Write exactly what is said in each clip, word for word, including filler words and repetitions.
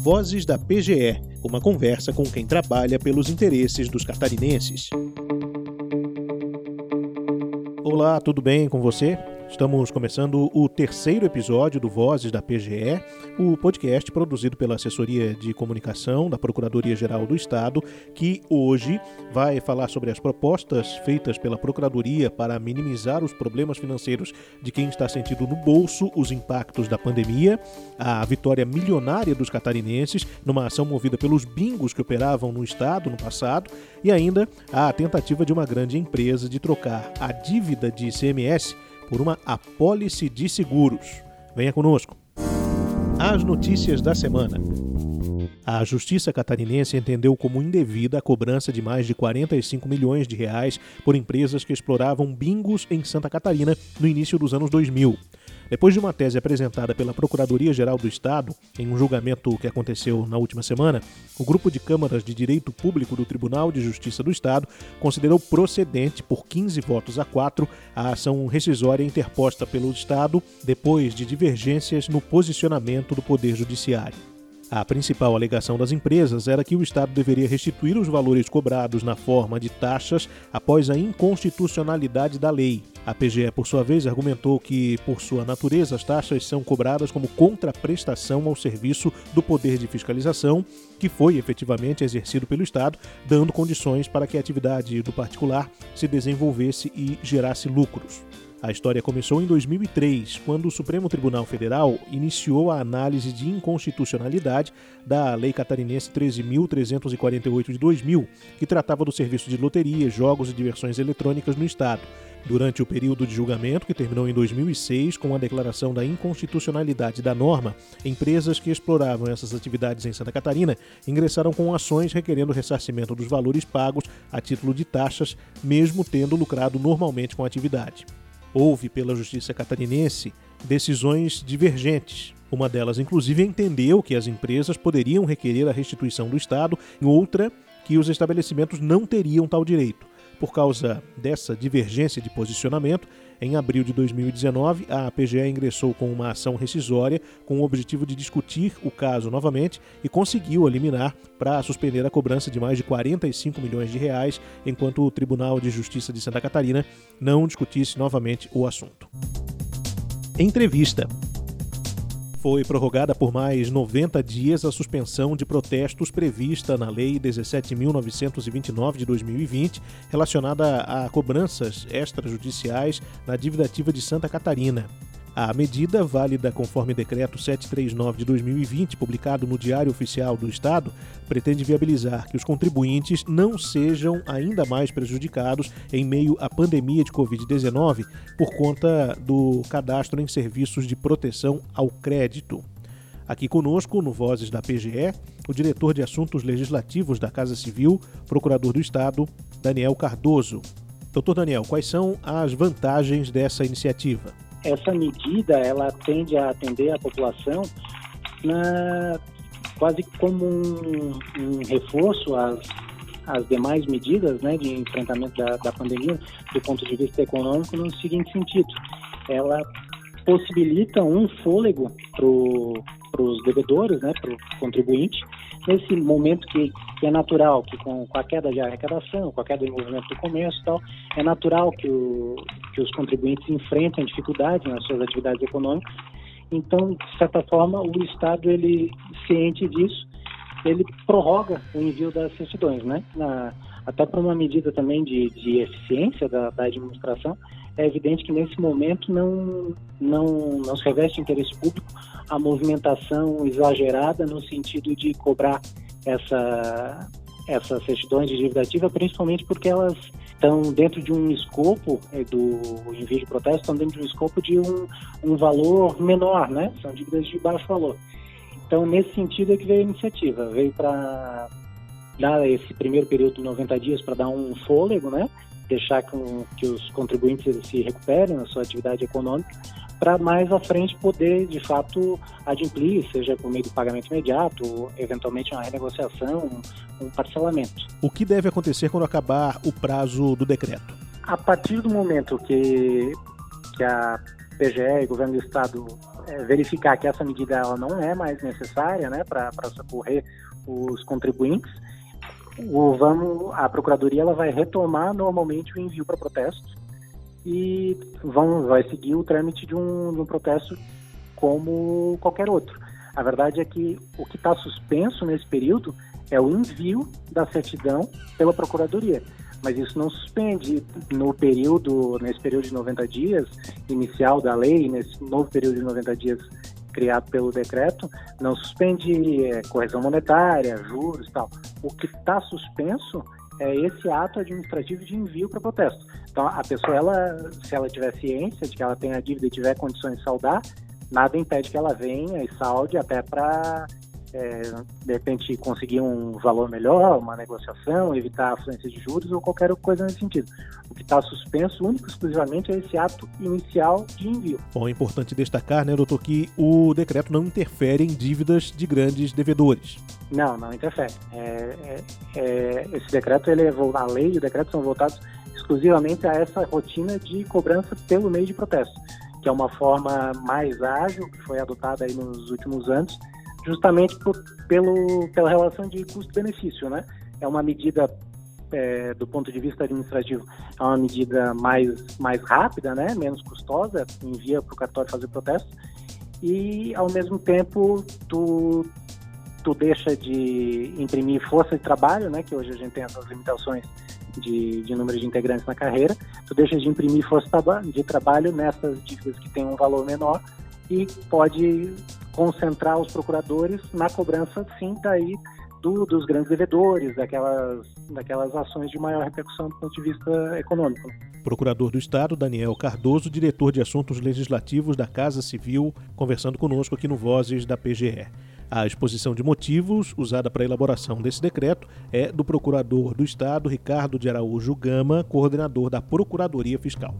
Vozes da P G E, uma conversa com quem trabalha pelos interesses dos catarinenses. Olá, tudo bem com você? Estamos começando o terceiro episódio do Vozes da P G E, o podcast produzido pela Assessoria de Comunicação da Procuradoria-Geral do Estado, que hoje vai falar sobre as propostas feitas pela Procuradoria para minimizar os problemas financeiros de quem está sentindo no bolso os impactos da pandemia, a vitória milionária dos catarinenses numa ação movida pelos bingos que operavam no Estado no passado e ainda a tentativa de uma grande empresa de trocar a dívida de I C M S por uma apólice de seguros. Venha conosco. As notícias da semana. A Justiça Catarinense entendeu como indevida a cobrança de mais de quarenta e cinco milhões de reais por empresas que exploravam bingos em Santa Catarina no início dos anos dois mil. Depois de uma tese apresentada pela Procuradoria-Geral do Estado, em um julgamento que aconteceu na última semana, o Grupo de Câmaras de Direito Público do Tribunal de Justiça do Estado considerou procedente, por quinze votos a quatro, a ação rescisória interposta pelo Estado depois de divergências no posicionamento do Poder Judiciário. A principal alegação das empresas era que o Estado deveria restituir os valores cobrados na forma de taxas após a inconstitucionalidade da lei. A P G E, por sua vez, argumentou que, por sua natureza, as taxas são cobradas como contraprestação ao serviço do poder de fiscalização, que foi efetivamente exercido pelo Estado, dando condições para que a atividade do particular se desenvolvesse e gerasse lucros. A história começou em dois mil e três, quando o Supremo Tribunal Federal iniciou a análise de inconstitucionalidade da Lei Catarinense treze mil trezentos e quarenta e oito de dois mil, que tratava do serviço de loteria, jogos e diversões eletrônicas no Estado. Durante o período de julgamento, que terminou em dois mil e seis, com a declaração da inconstitucionalidade da norma, empresas que exploravam essas atividades em Santa Catarina ingressaram com ações requerendo ressarcimento dos valores pagos a título de taxas, mesmo tendo lucrado normalmente com a atividade. Houve, pela Justiça Catarinense, decisões divergentes. Uma delas, inclusive, entendeu que as empresas poderiam requerer a restituição do Estado, e outra, que os estabelecimentos não teriam tal direito. Por causa dessa divergência de posicionamento, em abril de dois mil e dezenove, a P G E ingressou com uma ação rescisória com o objetivo de discutir o caso novamente e conseguiu eliminar para suspender a cobrança de mais de quarenta e cinco milhões de reais, enquanto o Tribunal de Justiça de Santa Catarina não discutisse novamente o assunto. Entrevista. Foi prorrogada por mais noventa dias a suspensão de protestos prevista na Lei dezessete mil novecentos e vinte e nove de dois mil e vinte, relacionada a cobranças extrajudiciais na dívida ativa de Santa Catarina. A medida, válida conforme Decreto setecentos e trinta e nove de dois mil e vinte, publicado no Diário Oficial do Estado, pretende viabilizar que os contribuintes não sejam ainda mais prejudicados em meio à pandemia de covid dezenove por conta do cadastro em serviços de proteção ao crédito. Aqui conosco, no Vozes da P G E, o diretor de Assuntos Legislativos da Casa Civil, procurador do Estado, Daniel Cardoso. Doutor Daniel, quais são as vantagens dessa iniciativa? Essa medida, ela tende a atender a população na, quase como um, um reforço às, às demais medidas, né, de enfrentamento da, da pandemia, do ponto de vista econômico, no seguinte sentido: ela possibilita um fôlego para os devedores, né, para o contribuinte, nesse momento que, que é natural, que com, com a queda de arrecadação, com a queda do envolvimento do comércio e tal, é natural que, o, que os contribuintes enfrentem dificuldades nas suas atividades econômicas. Então, de certa forma, o Estado, ele, ciente disso, ele prorroga o envio das certidões, né? Na, até por uma medida também de, de eficiência da, da administração. É evidente que nesse momento não, não, não se reveste interesse público a movimentação exagerada no sentido de cobrar essa, essas certidões de dívida ativa, principalmente porque elas estão dentro de um escopo do envio de protesto, estão dentro de um escopo de um, um valor menor, né? São dívidas de baixo valor. Então, nesse sentido é que veio a iniciativa, veio para dar esse primeiro período de noventa dias para dar um fôlego, né? Deixar com, que os contribuintes se recuperem na sua atividade econômica, para mais à frente poder, de fato, adimplir, seja por meio do pagamento imediato, ou eventualmente uma renegociação, um, um parcelamento. O que deve acontecer quando acabar o prazo do decreto? A partir do momento que, que a P G E e Governo do Estado é, verificar que essa medida ela não é mais necessária, né, para socorrer os contribuintes, o, vamos, a Procuradoria ela vai retomar normalmente o envio para protesto e vão, vai seguir o trâmite de um, de um protesto como qualquer outro. A verdade é que o que está suspenso nesse período é o envio da certidão pela Procuradoria. Mas isso não suspende no período, nesse período de noventa dias inicial da lei, nesse novo período de noventa dias criado pelo decreto, não suspende é, correção monetária, juros e tal. O que está suspenso é esse ato administrativo de envio para protesto. Então, a pessoa, ela, se ela tiver ciência de que ela tem a dívida e tiver condições de saldar, nada impede que ela venha e salde até para... É, de repente conseguir um valor melhor, uma negociação, evitar a fluência de juros ou qualquer coisa nesse sentido. O que está suspenso único e exclusivamente é esse ato inicial de envio. Bom, é importante destacar, né, doutor, que o decreto não interfere em dívidas de grandes devedores. Não, não interfere. É, é, é, esse decreto, ele é, a lei e o decreto são voltados exclusivamente a essa rotina de cobrança pelo meio de protesto, que é uma forma mais ágil, que foi adotada aí nos últimos anos, justamente por, pelo, pela relação de custo-benefício, né? É uma medida, é, do ponto de vista administrativo, é uma medida mais, mais rápida, né? Menos custosa, envia para o cartório fazer protesto, e, ao mesmo tempo, tu, tu deixa de imprimir força de trabalho, né? Que hoje a gente tem essas limitações de, de número de integrantes na carreira, tu deixa de imprimir força de trabalho nessas dívidas que têm um valor menor e pode concentrar os procuradores na cobrança, sim, daí do, dos grandes devedores, daquelas, daquelas ações de maior repercussão do ponto de vista econômico. Procurador do Estado, Daniel Cardoso, diretor de Assuntos Legislativos da Casa Civil, conversando conosco aqui no Vozes da P G E. A exposição de motivos usada para a elaboração desse decreto é do Procurador do Estado, Ricardo de Araújo Gama, coordenador da Procuradoria Fiscal.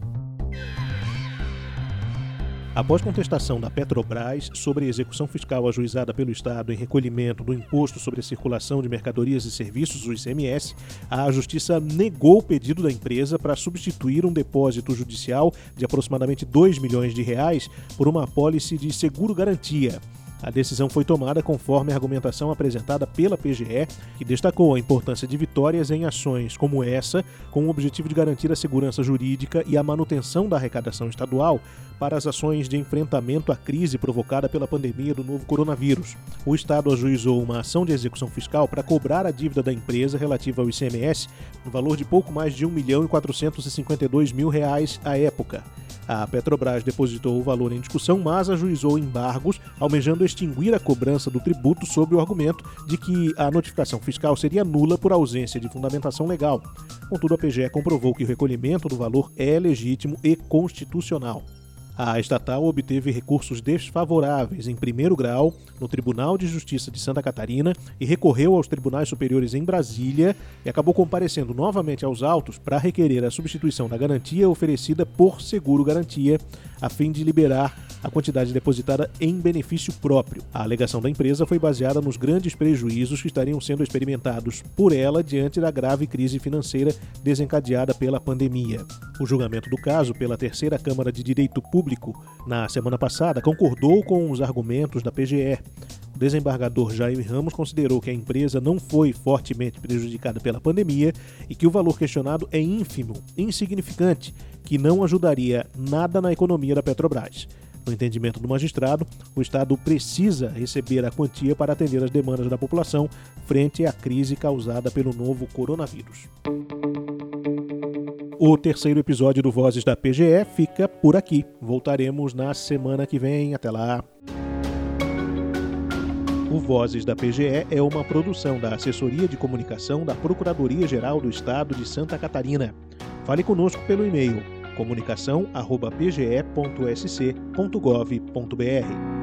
Após contestação da Petrobras sobre a execução fiscal ajuizada pelo Estado em recolhimento do Imposto sobre a Circulação de Mercadorias e Serviços, o I C M S, a Justiça negou o pedido da empresa para substituir um depósito judicial de aproximadamente dois milhões de reais por uma apólice de seguro-garantia. A decisão foi tomada conforme a argumentação apresentada pela P G E, que destacou a importância de vitórias em ações como essa, com o objetivo de garantir a segurança jurídica e a manutenção da arrecadação estadual para as ações de enfrentamento à crise provocada pela pandemia do novo coronavírus. O Estado ajuizou uma ação de execução fiscal para cobrar a dívida da empresa relativa ao I C M S no valor de pouco mais de um milhão e quatrocentos e cinquenta e dois mil reais à época. A Petrobras depositou o valor em discussão, mas ajuizou embargos, almejando extinguir a cobrança do tributo sob o argumento de que a notificação fiscal seria nula por ausência de fundamentação legal. Contudo, a P G E comprovou que o recolhimento do valor é legítimo e constitucional. A estatal obteve recursos desfavoráveis em primeiro grau no Tribunal de Justiça de Santa Catarina e recorreu aos tribunais superiores em Brasília e acabou comparecendo novamente aos autos para requerer a substituição da garantia oferecida por seguro-garantia, a fim de liberar a quantidade depositada em benefício próprio. A alegação da empresa foi baseada nos grandes prejuízos que estariam sendo experimentados por ela diante da grave crise financeira desencadeada pela pandemia. O julgamento do caso pela Terceira Câmara de Direito Público, na semana passada, concordou com os argumentos da P G E. O desembargador Jaime Ramos considerou que a empresa não foi fortemente prejudicada pela pandemia e que o valor questionado é ínfimo, insignificante, que não ajudaria nada na economia da Petrobras. No entendimento do magistrado, o Estado precisa receber a quantia para atender às demandas da população frente à crise causada pelo novo coronavírus. O terceiro episódio do Vozes da P G E fica por aqui. Voltaremos na semana que vem. Até lá! O Vozes da P G E é uma produção da Assessoria de Comunicação da Procuradoria-Geral do Estado de Santa Catarina. Fale conosco pelo e-mail comunicação arroba p g e ponto s c ponto gov ponto b r.